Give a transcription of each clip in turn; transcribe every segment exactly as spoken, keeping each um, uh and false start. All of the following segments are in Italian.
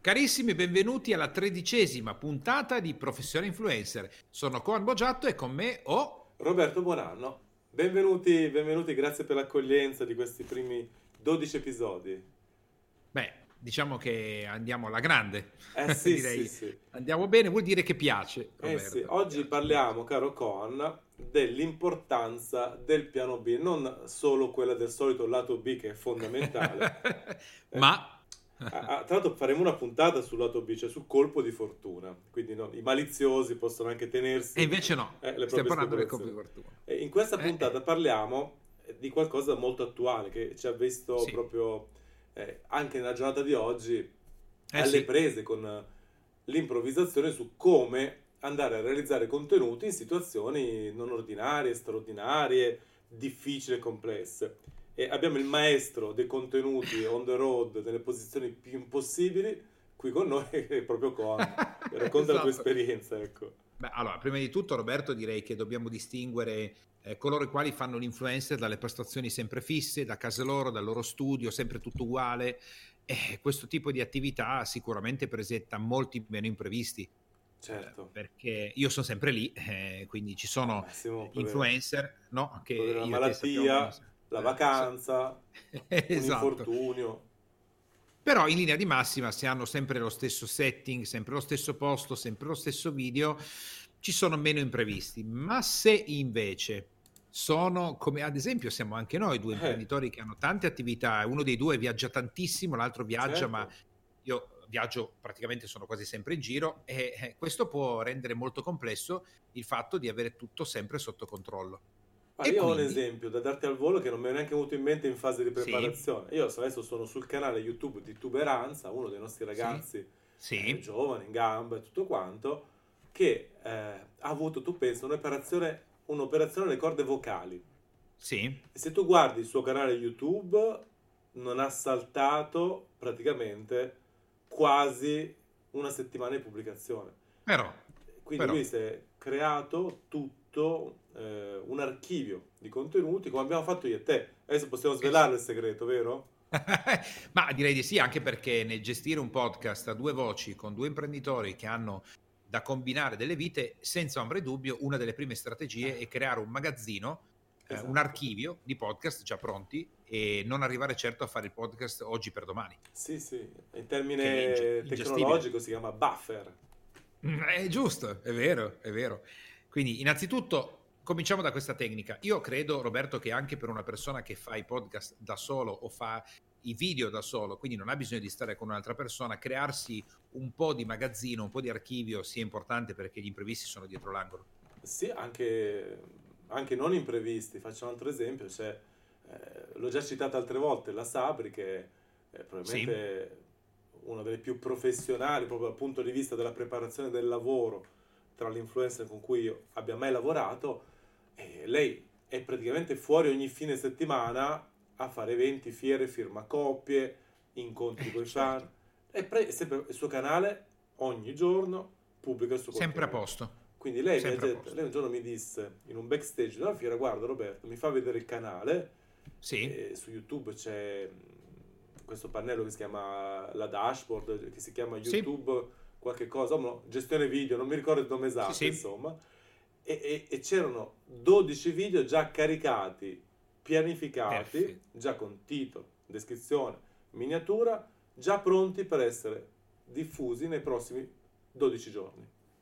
Carissimi, benvenuti alla tredicesima puntata di Professione Influencer. Sono Coan Boggiatto e con me ho Roberto Buonanno. Benvenuti, benvenuti, grazie per l'accoglienza di questi primi dodici episodi. Beh, diciamo che andiamo alla grande. Eh sì, sì, Direi sì. andiamo bene, vuol dire che piace, Eh sì, Roberto. oggi Piace. parliamo, caro Coan, dell'importanza del piano B, non solo quella del solito lato B che è fondamentale. Eh, Ma ah, ah, tra l'altro faremo una puntata sul lato B, cioè sul colpo di fortuna, quindi no, i maliziosi possono anche e tenersi invece no, eh, le stiamo proprie parlando del colpo di speculazioni. fortuna. E in questa Eh, eh, puntata parliamo di qualcosa molto attuale che ci ha visto sì, proprio eh, anche nella giornata di oggi eh alle sì, prese con l'improvvisazione su come andare a realizzare contenuti in situazioni non ordinarie, straordinarie, difficili e complesse. E abbiamo il maestro dei contenuti on the road nelle posizioni più impossibili qui con noi, che è proprio Coan. Racconta la tua esatto. esperienza, ecco. Beh, allora, prima di tutto, Roberto, direi che dobbiamo distinguere eh, coloro i quali fanno l'influencer dalle prestazioni sempre fisse, da casa loro, dal loro studio, sempre tutto uguale. E questo tipo di attività sicuramente presenta molti meno imprevisti, eh, Certo. perché io sono sempre lì, eh, quindi ci Al sono massimo può avere, influencer, no? Che può avere la io e te sappiamo malattia, benissimo. la Eh, so- vacanza, un esatto. infortunio. Però in linea di massima, se hanno sempre lo stesso setting, sempre lo stesso posto, sempre lo stesso video, ci sono meno imprevisti. Ma se invece sono, come ad esempio siamo anche noi, due Eh, imprenditori che hanno tante attività, uno dei due viaggia tantissimo, l'altro viaggia, ma certo. io viaggio praticamente, sono quasi sempre in giro, e eh, questo può rendere molto complesso il fatto di avere tutto sempre sotto controllo. Ma E io ho un quindi, esempio da darti al volo che non mi è neanche venuto in mente in fase di sì, preparazione. Io adesso sono sul canale YouTube di Tuberanza, uno dei nostri sì, ragazzi eh, sì, giovani, in gamba e tutto quanto, che eh, ha avuto, tu pensi, un'operazione, un'operazione alle corde vocali. sì, E se tu guardi il suo canale YouTube, non ha saltato praticamente quasi una settimana di pubblicazione. però, Quindi però. lui si è creato tutto eh, un archivio di contenuti come abbiamo fatto io e te. Adesso possiamo Eh sì. svelarlo il segreto, vero? Ma direi di sì, anche perché nel gestire un podcast a due voci con due imprenditori che hanno da combinare delle vite, senza ombra di dubbio, una delle prime strategie è creare un magazzino, eh, un Esatto. archivio di podcast già pronti e non arrivare certo a fare il podcast oggi per domani, Sì, sì, in che è inge- termine ingestibile. tecnologico si chiama buffer. Mm, È giusto, è vero, è vero. Quindi, innanzitutto, cominciamo da questa tecnica. Io credo, Roberto, che anche per una persona che fa i podcast da solo o fa i video da solo, quindi non ha bisogno di stare con un'altra persona, crearsi un po' di magazzino, un po' di archivio sia importante perché gli imprevisti sono dietro l'angolo. Sì, anche, anche non imprevisti. Faccio un altro esempio, c'è, eh, l'ho già citata altre volte, la Sabri, che è Sì, probabilmente una delle più professionali proprio dal punto di vista della preparazione del lavoro tra l'influencer con cui io abbia mai lavorato. E lei è praticamente fuori ogni fine settimana a fare eventi, fiere, firmacoppie, incontri con i fan. certo, E pre- sempre il suo canale ogni giorno pubblica il suo sempre a contenuto. posto, Quindi lei mi ha sempre a detto, posto. lei un giorno mi disse in un backstage della fiera, guarda Roberto, mi fa vedere il canale, Sì, e su YouTube c'è mh, questo pannello che si chiama la dashboard, che si chiama sì, YouTube qualche cosa, no, gestione video, non mi ricordo il nome sì, esatto, sì, insomma, e, e- e c'erano dodici video già caricati, pianificati, perfetto. già con titolo, descrizione, miniatura, già pronti per essere diffusi nei prossimi dodici giorni.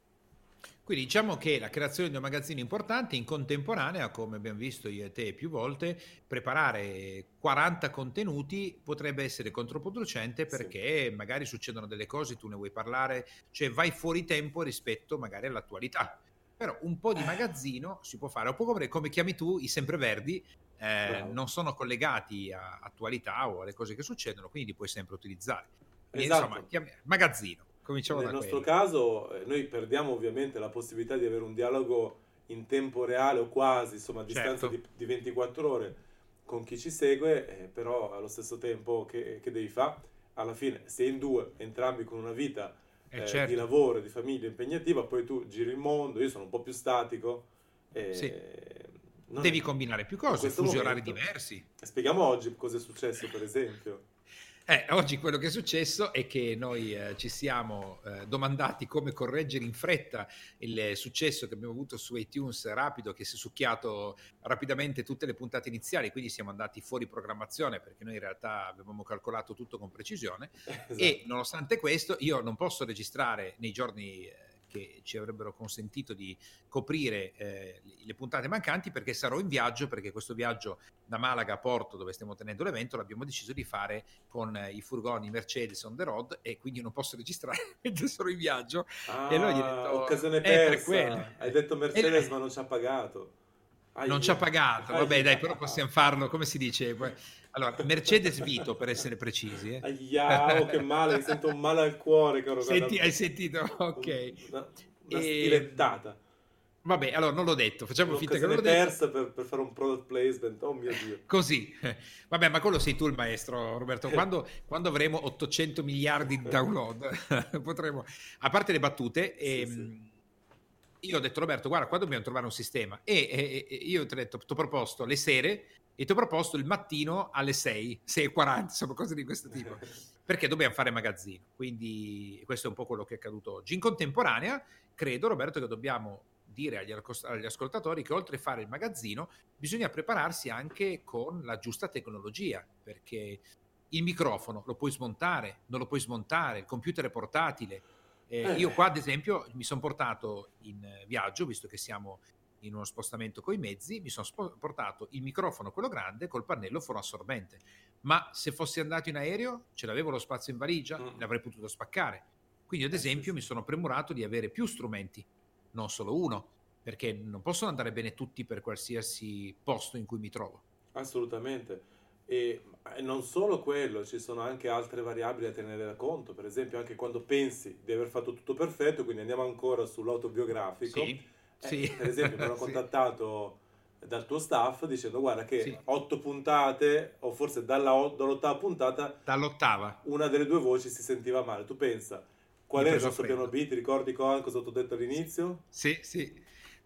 Quindi diciamo che la creazione di un magazzino importante in contemporanea, come abbiamo visto io e te più volte, preparare quaranta contenuti potrebbe essere controproducente Sì, perché magari succedono delle cose, tu ne vuoi parlare, cioè vai fuori tempo rispetto magari all'attualità. Però un po' di magazzino si può fare, un po' come, come chiami tu i sempreverdi, eh, bravo. non sono collegati a attualità o alle cose che succedono, quindi li puoi sempre utilizzare. Quindi insomma, Esatto. chiami- magazzino, cominciamo Nel da nostro quello. caso eh, noi perdiamo ovviamente la possibilità di avere un dialogo in tempo reale o quasi, insomma, a distanza Certo, di, di ventiquattro ore con chi ci segue, eh, però allo stesso tempo che, che devi fare? Alla fine, se in due, entrambi con una vita è eh, di certo, lavoro e di famiglia impegnativa, poi tu giri il mondo, io sono un po' più statico, sì. eh, non è, Devi combinare più in cose, questo fusi orari momento. diversi. Spieghiamo oggi cosa è successo, per esempio. Eh, oggi quello che è successo è che noi eh, ci siamo eh, domandati come correggere in fretta il successo che abbiamo avuto su iTunes rapido, che si è succhiato rapidamente tutte le puntate iniziali, quindi siamo andati fuori programmazione perché noi in realtà avevamo calcolato tutto con precisione. Esatto. E nonostante questo io non posso registrare nei giorni eh, che ci avrebbero consentito di coprire eh, le puntate mancanti, perché sarò in viaggio, perché questo viaggio da Malaga a Porto, dove stiamo tenendo l'evento, l'abbiamo deciso di fare con eh, i furgoni Mercedes on the road, e quindi non posso registrare mentre sono in viaggio. Ah, e allora gli ho detto, occasione persa. Hai detto Mercedes, e... ma non ci ha pagato. Aia. Non ci ha pagato, vabbè, Aia. Dai, però possiamo farlo, come si dice? Allora, Mercedes Vito, per essere precisi. Eh. Aia, oh, che male, mi sento un male al cuore, caro. Senti, hai sentito? Ok. Una, una stilettata. E... Vabbè, allora non l'ho detto, facciamo finta che non l'ho persa detto. Per, per fare un product placement, oh mio Dio. Così. Vabbè, ma quello sei tu il maestro, Roberto. Quando, quando avremo ottocento miliardi di download, potremo... A parte le battute... Sì, e... sì. Io ho detto, Roberto, guarda, qua dobbiamo trovare un sistema. E, e, e io ti ho detto, ti ho proposto le sere e ti ho proposto il mattino alle sei, sei e quaranta, insomma, cose di questo tipo, perché dobbiamo fare magazzino. Quindi questo è un po' quello che è accaduto oggi. In contemporanea, credo, Roberto, che dobbiamo dire agli, agli ascoltatori che oltre a fare il magazzino, bisogna prepararsi anche con la giusta tecnologia, perché il microfono lo puoi smontare, non lo puoi smontare, il computer è portatile. Eh, eh. Io qua ad esempio mi sono portato in viaggio, visto che siamo in uno spostamento coi mezzi, mi sono spo- portato il microfono, quello grande, col pannello fonoassorbente, ma se fossi andato in aereo ce l'avevo lo spazio in valigia, mm. l'avrei potuto spaccare. Quindi ad esempio eh, sì, mi sono premurato di avere più strumenti, non solo uno, perché non possono andare bene tutti per qualsiasi posto in cui mi trovo. Assolutamente. E non solo quello, ci sono anche altre variabili da tenere da conto, per esempio anche quando pensi di aver fatto tutto perfetto, quindi andiamo ancora sull'autobiografico. Sì, eh, sì. Per esempio mi hanno contattato sì. dal tuo staff dicendo guarda che sì. otto puntate, o forse dalla, dall'ottava puntata, dall'ottava una delle due voci si sentiva male. Tu pensa, qual è il nostro piano B? Ti ricordi cosa ti ho detto all'inizio? Sì, sì.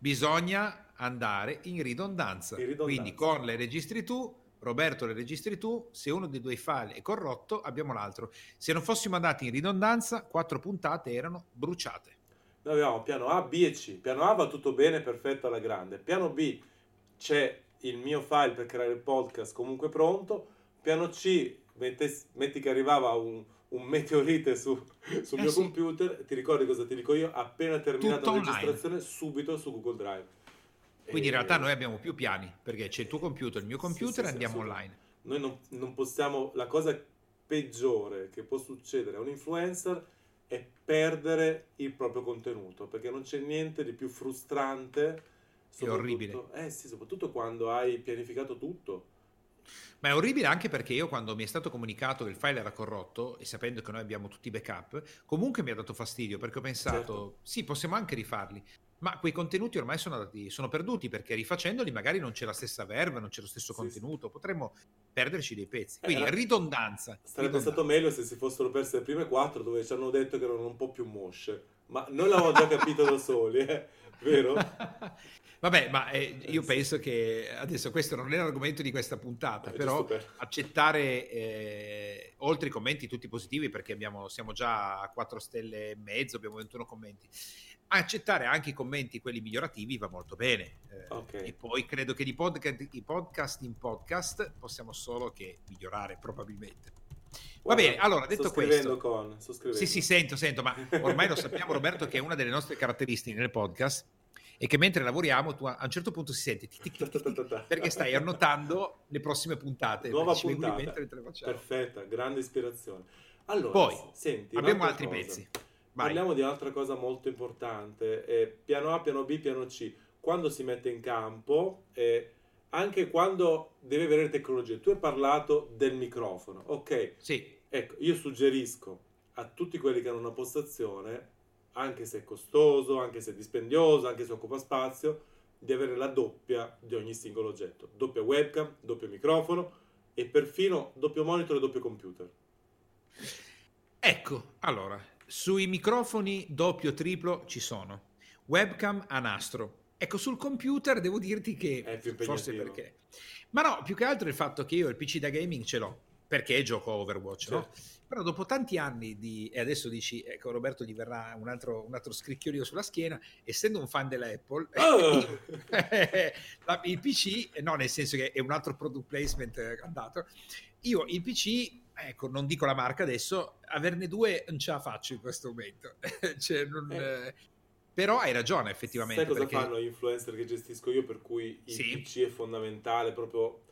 Bisogna andare in ridondanza. in ridondanza. Quindi con le registri tu, Roberto le registri tu, se uno dei due file è corrotto abbiamo l'altro. Se non fossimo andati in ridondanza, quattro puntate erano bruciate. Noi abbiamo piano A, B e C. Piano A va tutto bene, perfetto alla grande. Piano B c'è il mio file per creare il podcast comunque pronto. Piano C, metti, metti che arrivava un, un meteorite su, sul eh mio sì. computer. Ti ricordi cosa ti dico io? Appena terminata tutto la online. Registrazione, subito su Google Drive. Quindi in realtà noi abbiamo più piani, perché c'è il tuo computer, il mio computer, sì, sì, e andiamo sì, online. Noi non, non possiamo, la cosa peggiore che può succedere a un influencer è perdere il proprio contenuto, perché non c'è niente di più frustrante. È orribile. Eh sì, soprattutto quando hai pianificato tutto. Ma è orribile anche perché io, quando mi è stato comunicato che il file era corrotto, e sapendo che noi abbiamo tutti i backup, comunque mi ha dato fastidio, perché ho pensato, certo. sì, possiamo anche rifarli. Ma quei contenuti ormai sono, andati, sono perduti, perché rifacendoli magari non c'è la stessa verve, non c'è lo stesso sì, contenuto, sì. Potremmo perderci dei pezzi. Quindi eh, ridondanza. Sarebbe ridondanza. stato meglio se si fossero perse le prime quattro, dove ci hanno detto che erano un po' più mosce. Ma noi l'avevamo già capito da soli, eh? Vero? Vabbè, ma eh, io penso che adesso questo non è l'argomento di questa puntata, eh, però per... accettare, eh, oltre i commenti tutti positivi, perché abbiamo, siamo già a quattro stelle e mezzo, abbiamo ventuno commenti, accettare anche i commenti, quelli migliorativi, va molto bene. Eh, okay. E poi credo che di podcast, i podcast in podcast possiamo solo che migliorare, probabilmente. Va Guarda, bene, allora, detto sto questo, con, sto sì, sì, sento, sento, ma ormai lo sappiamo, Roberto, che è una delle nostre caratteristiche nel podcast è che mentre lavoriamo tu a un certo punto si sente tic, tic, tic, tic, tic, perché stai annotando le prossime puntate. Nuova puntata, mentre te le facciamo. Perfetta, grande ispirazione. Allora, poi senti, abbiamo altri cosa. pezzi. Vai. Parliamo di un'altra cosa molto importante, eh, piano A, piano B, piano C. Quando si mette in campo, eh, anche quando deve avere tecnologie. Tu hai parlato del microfono, ok? Sì. Ecco, io suggerisco a tutti quelli che hanno una postazione, anche se è costoso, anche se è dispendioso, anche se occupa spazio, di avere la doppia di ogni singolo oggetto. Doppia webcam, doppio microfono e perfino doppio monitor e doppio computer. Ecco, allora, sui microfoni doppio, triplo ci sono. Webcam a nastro. Ecco, sul computer devo dirti che è più forse perché... Ma no, più che altro il fatto che io il P C da gaming ce l'ho. perché gioco a Overwatch, Certo. no? Però dopo tanti anni di... e adesso dici, ecco, Roberto gli verrà un altro, un altro scricchiolio sulla schiena, essendo un fan della Apple, Ah! io, la- il P C, no, nel senso che è un altro product placement andato, io il P C, ecco, non dico la marca adesso, averne due non ce la faccio in questo momento. Cioè, non, Eh. eh, però hai ragione effettivamente. Sai cosa perché... fanno gli influencer che gestisco io, per cui il Sì. P C è fondamentale proprio,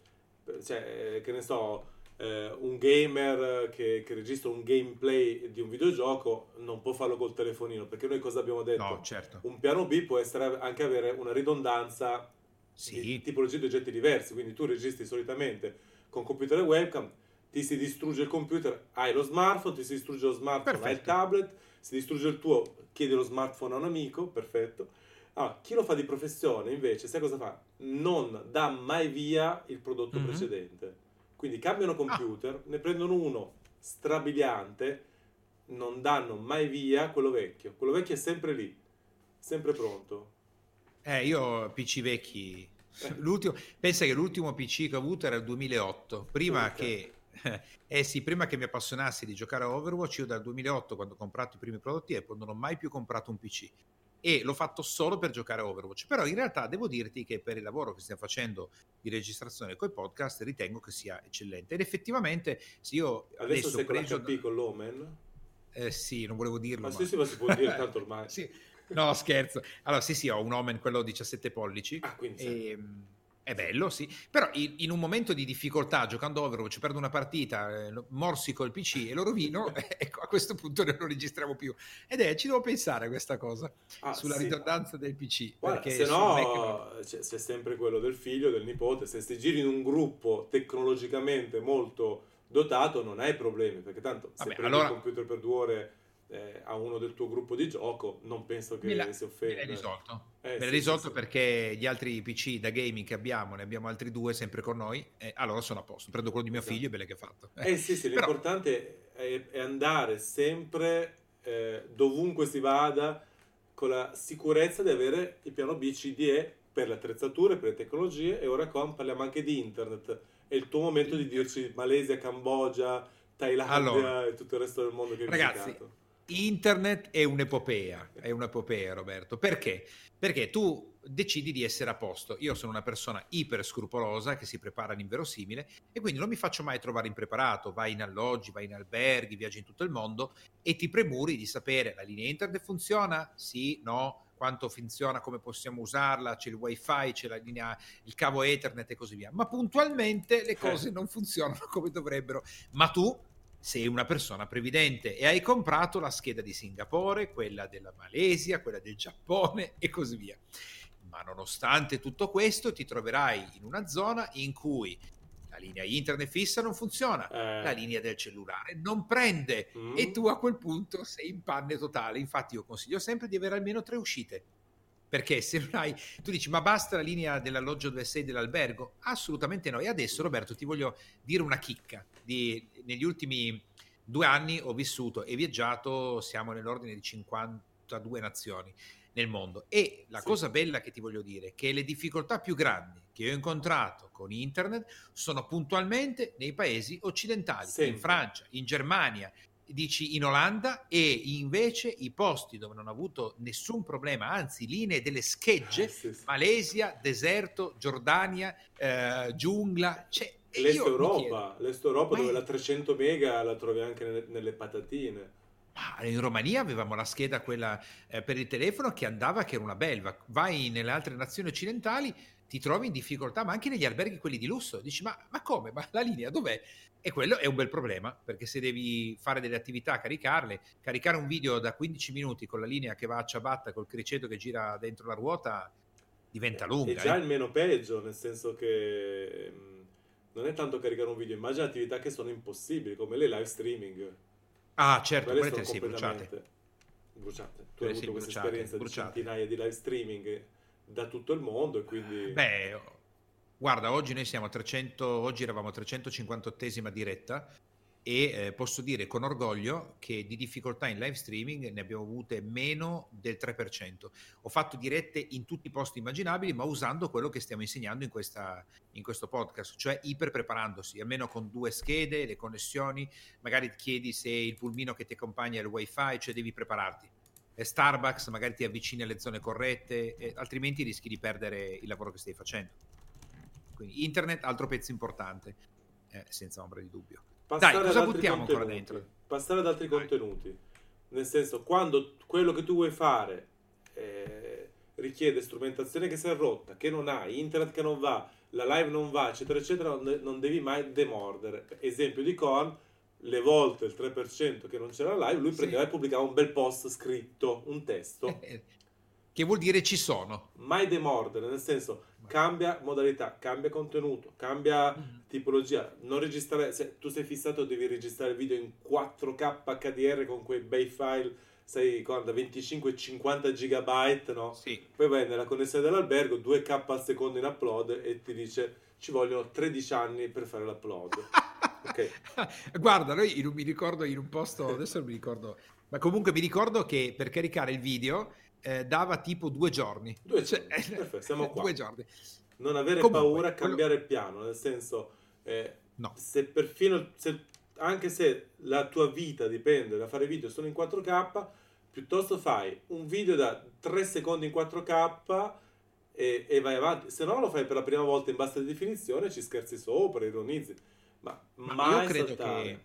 cioè, che ne so, eh, un gamer che, che registra un gameplay di un videogioco non può farlo col telefonino, perché noi cosa abbiamo detto? No, certo. Un piano B può essere anche avere una ridondanza Sì. di tipologie di oggetti diversi, quindi tu registri solitamente con computer e webcam, ti si distrugge il computer, hai lo smartphone, ti si distrugge lo smartphone, hai il Perfetto. tablet, si distrugge il tuo, chiedi lo smartphone a un amico, perfetto. Ah, chi lo fa di professione invece, sai cosa fa? Non dà mai via il prodotto Mhm. precedente. Quindi cambiano Ah, computer, ne prendono uno strabiliante, non danno mai via quello vecchio. Quello vecchio è sempre lì, sempre pronto. eh, io P C vecchi... Eh, L'ultimo, pensa che l'ultimo P C che ho avuto era il duemilaotto, prima urca. che... Eh sì, prima che mi appassionassi di giocare a Overwatch, io dal duemilaotto, quando ho comprato i primi prodotti Apple, non ho mai più comprato un P C. E l'ho fatto solo per giocare a Overwatch. Però in realtà devo dirti che per il lavoro che stiamo facendo di registrazione coi podcast ritengo che sia eccellente. Ed effettivamente, se io Adesso adesso sei ho con preso... l'H P con l'Omen? Eh sì, non volevo dirlo, Ma ma... sì, sì, ma si può dire tanto ormai. Sì. No, scherzo. Allora, sì, sì, ho un Omen, quello diciassette pollici. Ah, quindi sai. E, è bello, sì. Però in, in un momento di difficoltà, giocando Overwatch, perdo una partita, eh, lo- morsico il P C e lo rovino, ecco, a questo punto non lo registriamo più. Ed è, ci devo pensare a questa cosa, Ah, sulla sì. ridondanza del P C, Guarda, perché se sul Mac non... no c'è, c'è sempre quello del figlio, del nipote. Se ti giri in un gruppo tecnologicamente molto dotato, non hai problemi, perché tanto se Vabbè, prendi il allora computer per due ore eh, a uno del tuo gruppo di gioco, non penso me, la- che si me l'hai offenda. risolto. Eh Me l'hai sì, sì, risolto sì. perché gli altri P C da gaming che abbiamo, ne abbiamo altri due sempre con noi, e allora sono a posto. Prendo quello di mio Esatto. figlio e bene che fatto. Eh, Eh sì, sì, Però, l'importante è, è andare sempre eh, dovunque si vada con la sicurezza di avere il piano B C D E per le attrezzature, per le tecnologie, e ora qua parliamo anche di internet. È il tuo momento di Inter- dirci Malesia, Cambogia, allora, Thailandia e tutto il resto del mondo che hai ragazzi, visitato. internet è un'epopea, è un'epopea, Roberto. Perché? Perché tu decidi di essere a posto. Io sono una persona iper scrupolosa che si prepara all'inverosimile e quindi non mi faccio mai trovare impreparato. Vai in alloggi, vai in alberghi, viaggi in tutto il mondo e ti premuri di sapere la linea internet funziona? Sì, no? Quanto funziona, come possiamo usarla, c'è il wifi, c'è la linea, il cavo Ethernet e così via. Ma puntualmente le cose Eh, non funzionano come dovrebbero. Ma tu sei una persona previdente e hai comprato la scheda di Singapore, quella della Malesia, quella del Giappone e così via. Ma nonostante tutto questo ti troverai in una zona in cui la linea internet fissa non funziona, la eh, linea del cellulare non prende e mm, tu a quel punto sei in panne totale. Infatti io consiglio sempre di avere almeno tre uscite. Perché se non hai, tu dici, ma basta la linea dell'alloggio dove sei dell'albergo? Assolutamente no. E adesso, Roberto, ti voglio dire una chicca. Di, negli ultimi due anni ho vissuto e viaggiato, siamo nell'ordine di cinquantadue nazioni nel mondo. E la sì, cosa bella che ti voglio dire è che le difficoltà più grandi che ho incontrato con internet sono puntualmente nei paesi occidentali, in sempre. Francia, in Germania, dici in Olanda, e invece i posti dove non ho avuto nessun problema, anzi linee delle Eh, schegge, sì, sì. Malesia, deserto, Giordania, eh, giungla, cioè, e L'Est io mi chiedo, Europa, l'Est Europa ma dove è, la trecento mega la trovi anche nelle, nelle patatine. ma in Romania avevamo la scheda quella eh, per il telefono che andava, che era una belva. Vai nelle altre nazioni occidentali, ti trovi in difficoltà, ma anche negli alberghi quelli di lusso. Dici, ma, ma come? Ma la linea dov'è? E quello è un bel problema, perché se devi fare delle attività, caricarle, caricare un video da quindici minuti con la linea che va a ciabatta, col criceto che gira dentro la ruota, diventa È lunga, già eh? il meno peggio, nel senso che mh, non è tanto caricare un video, immagina attività che sono impossibili, come le live streaming. Ah, certo, Quelle quelle te sono le sei bruciate. completamente bruciate. Tu hai Quelle sei avuto questa bruciate, esperienza di bruciate. centinaia di live streaming da tutto il mondo e quindi... Beh, guarda, oggi noi siamo a trecento, oggi eravamo a trecentocinquantottesima diretta, e eh, posso dire con orgoglio che di difficoltà in live streaming ne abbiamo avute meno del tre per cento. Ho fatto dirette in tutti i posti immaginabili, ma usando quello che stiamo insegnando in, questa, in questo podcast, cioè iper preparandosi, almeno con due schede, le connessioni, magari ti chiedi se il pulmino che ti accompagna è il wifi, cioè devi prepararti. E Starbucks magari ti avvicini alle zone corrette, eh, altrimenti rischi di perdere il lavoro che stai facendo. Quindi internet, altro pezzo importante, eh, senza ombra di dubbio. Passare Dai, ad cosa altri buttiamo ancora contenuti. dentro? Passare ad altri Dai. contenuti. Nel senso, quando quello che tu vuoi fare eh, richiede strumentazione che si è rotta, che non hai, internet che non va, la live non va, eccetera, eccetera, non, non devi mai demordere. Esempio di Korn, le volte il tre per cento che non c'era la live, lui Sì. prendeva e pubblicava un bel post scritto, un testo. Che vuol dire ci sono. Mai demordere, nel senso, cambia modalità, cambia contenuto, cambia Mm-hmm. tipologia, non registrare, se tu sei fissato devi registrare il video in quattro K H D R con quei bei file, sai, da venticinque cinquanta gigabyte, no? Sì. Poi vai nella connessione dell'albergo, due K al secondo in upload e ti dice ci vogliono tredici anni per fare l'upload. Okay. Guarda, noi in, mi ricordo in un posto, adesso non mi ricordo, ma comunque mi ricordo che per caricare il video eh, dava tipo due giorni. Due cioè, giorni, perfetto, siamo qua. Due giorni. Non avere Comunque, paura a quello... cambiare il piano, nel senso, eh, no. se perfino, se, anche se la tua vita dipende da fare video solo in quattro K, piuttosto fai un video da tre secondi in quattro K e, e vai avanti. Se no lo fai per la prima volta in bassa definizione, ci scherzi sopra, ironizzi. Ma, Ma mai io credo saltare. che,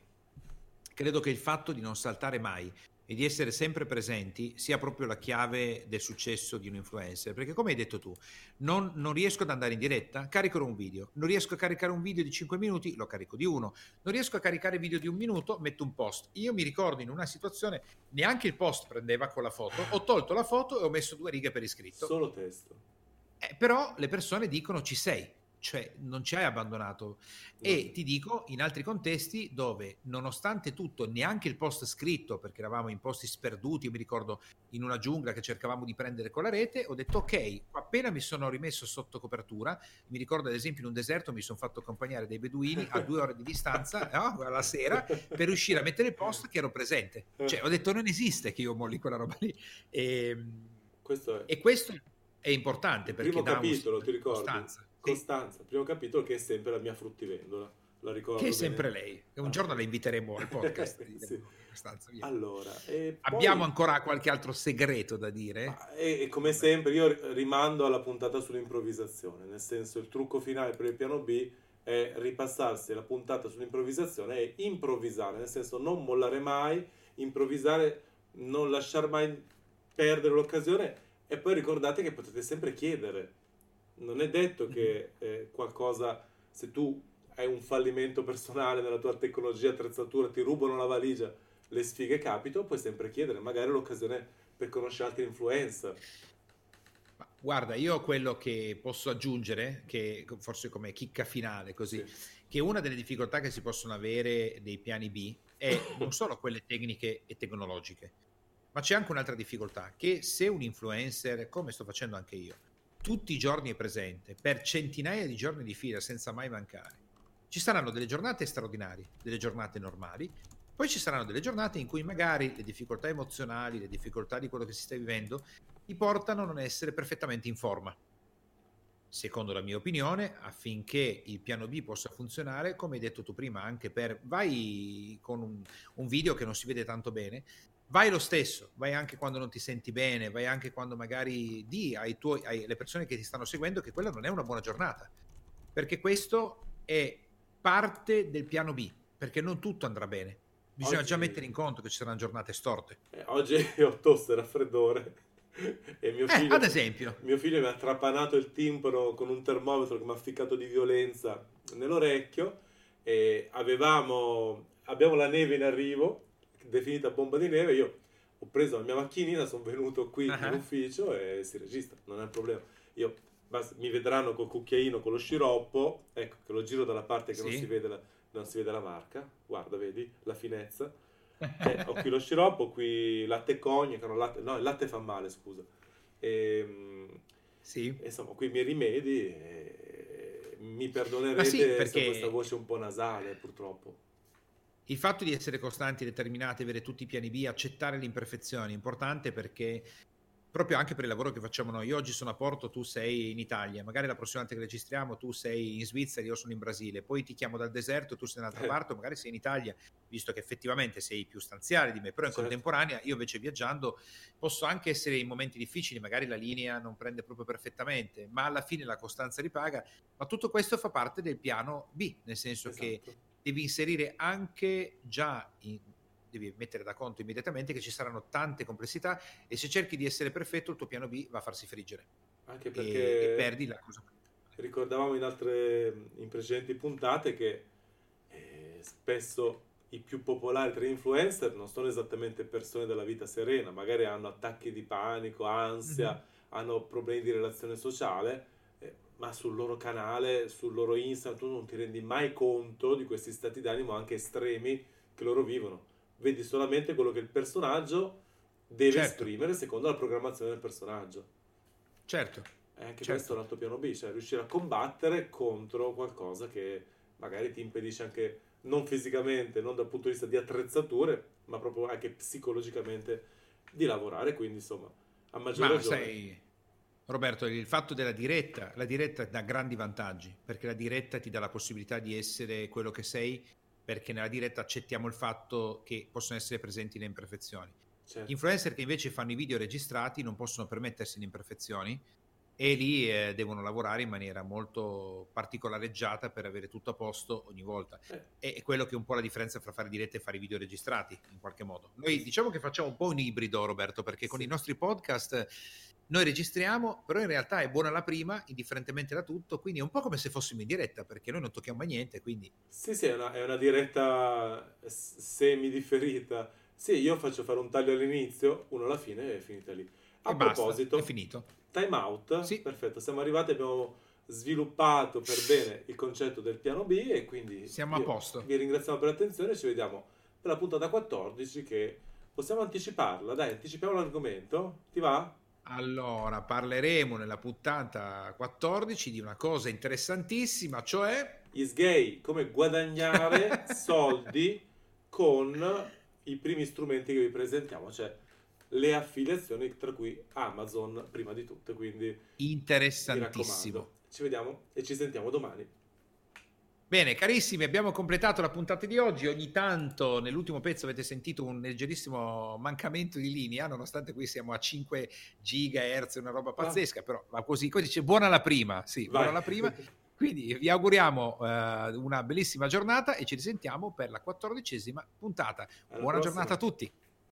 credo che il fatto di non saltare mai e di essere sempre presenti sia proprio la chiave del successo di un influencer, perché come hai detto tu, non, non riesco ad andare in diretta, carico un video, non riesco a caricare un video di cinque minuti, lo carico di uno, non riesco a caricare video di un minuto, metto un post. Io mi ricordo in una situazione, neanche il post prendeva con la foto, ho tolto la foto e ho messo due righe per iscritto. Solo testo. Eh, però le persone dicono ci sei, cioè non ci hai abbandonato. E ti dico, in altri contesti dove nonostante tutto neanche il post scritto, perché eravamo in posti sperduti, io mi ricordo in una giungla che cercavamo di prendere con la rete, ho detto ok, appena mi sono rimesso sotto copertura, mi ricordo ad esempio in un deserto mi sono fatto accompagnare dai beduini a due ore di distanza, no? Alla sera, per riuscire a mettere il post che ero presente. Cioè ho detto non esiste che io molli quella roba lì. E questo è, e questo è importante il perché primo dà capitolo, un... ti ricordi? costanza. Costanza, il primo capitolo che è sempre la mia fruttivendola, la ricordo che è bene. sempre lei, e un ah, giorno la inviteremo al podcast. Sì. Costanza, via. Allora, e abbiamo poi... ancora qualche altro segreto da dire? Ma, e, e come sempre io rimando alla puntata sull'improvvisazione, nel senso il trucco finale per il piano B è ripassarsi la puntata sull'improvvisazione e improvvisare, nel senso non mollare mai, improvvisare, non lasciar mai perdere l'occasione e poi ricordate che potete sempre chiedere. Non è detto che eh, qualcosa, se tu hai un fallimento personale nella tua tecnologia, attrezzatura, ti rubano la valigia, le sfighe capitano, puoi sempre chiedere, magari l'occasione per conoscere altri influencer. Ma guarda, io quello che posso aggiungere, che forse come chicca finale così, sì. che una delle difficoltà che si possono avere dei piani B è non solo quelle tecniche e tecnologiche, ma c'è anche un'altra difficoltà, che se un influencer, come sto facendo anche io, tutti i giorni è presente, per centinaia di giorni di fila senza mai mancare, ci saranno delle giornate straordinarie, delle giornate normali, poi ci saranno delle giornate in cui magari le difficoltà emozionali, le difficoltà di quello che si sta vivendo ti portano a non essere perfettamente in forma. Secondo la mia opinione, affinché il piano B possa funzionare, come hai detto tu prima, anche per vai con un, un video che non si vede tanto bene, vai lo stesso, vai anche quando non ti senti bene, vai anche quando magari di ai tuoi, alle persone che ti stanno seguendo che quella non è una buona giornata, perché questo è parte del piano B, perché non tutto andrà bene. Bisogna oggi... già mettere in conto che ci saranno giornate storte. Eh, oggi ho tosse e raffreddore e mio figlio, eh, ad esempio mio figlio mi ha trapanato il timpano con un termometro che mi ha ficcato di violenza nell'orecchio e avevamo abbiamo la neve in arrivo, definita bomba di neve. Io ho preso la mia macchinina, sono venuto qui uh-huh. in ufficio e si registra, non è un problema. Io basta, mi vedranno col cucchiaino con lo sciroppo, ecco che lo giro dalla parte che sì. non si vede la, non si vede la marca, guarda, vedi la finezza. Eh, ho qui lo sciroppo, qui latte cognac, no, latte, no, il latte fa male, scusa. E, sì. Insomma, qui i miei rimedi, e, mi perdonerete sì, perché... se questa voce un po' nasale, purtroppo. Il fatto di essere costanti, determinati, avere tutti i piani B, accettare le imperfezioni è importante, perché proprio anche per il lavoro che facciamo noi, io oggi sono a Porto, tu sei in Italia, magari la prossima volta che registriamo tu sei in Svizzera, io sono in Brasile, poi ti chiamo dal deserto, tu sei da un'altra parte, magari sei in Italia, visto che effettivamente sei più stanziale di me, però in Certo. contemporanea io invece viaggiando posso anche essere in momenti difficili, magari la linea non prende proprio perfettamente, ma alla fine la costanza ripaga, ma tutto questo fa parte del piano B, nel senso Esatto. che devi inserire anche già, in, devi mettere da conto immediatamente che ci saranno tante complessità, e se cerchi di essere perfetto il tuo piano B va a farsi friggere. Anche E, perché e perdi la cosa. ricordavamo in altre, in precedenti puntate che eh, spesso i più popolari tra gli influencer non sono esattamente persone della vita serena, magari hanno attacchi di panico, ansia, Mm-hmm. hanno problemi di relazione sociale, eh, ma sul loro canale, sul loro Instagram, tu non ti rendi mai conto di questi stati d'animo anche estremi che loro vivono. Vedi solamente quello che il personaggio deve Certo, esprimere secondo la programmazione del personaggio. certo, E anche questo è certo. un altro piano B, cioè riuscire a combattere contro qualcosa che magari ti impedisce anche, non fisicamente, non dal punto di vista di attrezzature, ma proprio anche psicologicamente di lavorare. Quindi, insomma, a maggior Ma ragione. sai, Roberto, il fatto della diretta, la diretta dà grandi vantaggi, perché la diretta ti dà la possibilità di essere quello che sei, perché nella diretta accettiamo il fatto che possono essere presenti le imperfezioni. Certo. Gli influencer che invece fanno i video registrati non possono permettersi le imperfezioni, e lì eh, devono lavorare in maniera molto particolareggiata per avere tutto a posto ogni volta. Eh. È quello che è un po' la differenza fra fare dirette e fare video registrati, in qualche modo. Noi diciamo che facciamo un po' un ibrido, Roberto, perché con Sì. i nostri podcast noi registriamo, però in realtà è buona la prima, indifferentemente da tutto, quindi è un po' come se fossimo in diretta, perché noi non tocchiamo mai niente, quindi... Sì, sì, è una, è una diretta s- semi-differita. Sì, io faccio fare un taglio all'inizio, uno alla fine e è finita lì. A E basta, è proposito, finito. time out, Sì, perfetto, siamo arrivati, abbiamo sviluppato per bene il concetto del piano B e quindi siamo a io posto. vi ringraziamo per l'attenzione, ci vediamo per la puntata quattordici che possiamo anticiparla, dai, anticipiamo l'argomento, ti va? Allora, parleremo nella puntata quattordici di una cosa interessantissima, cioè... Is gay, come guadagnare soldi con i primi strumenti che vi presentiamo, cioè le affiliazioni, tra cui Amazon prima di tutte, quindi mi Interessantissimo. raccomando. Ci vediamo e ci sentiamo domani. Bene, carissimi, abbiamo completato la puntata di oggi. Ogni tanto nell'ultimo pezzo avete sentito un leggerissimo mancamento di linea, nonostante qui siamo a cinque gigahertz, una roba pazzesca, ah. Però va così, così dice buona la prima, sì, Vai. buona la prima. Quindi vi auguriamo uh, una bellissima giornata e ci risentiamo per la quattordicesima puntata. Alla Buona prossima. giornata a tutti.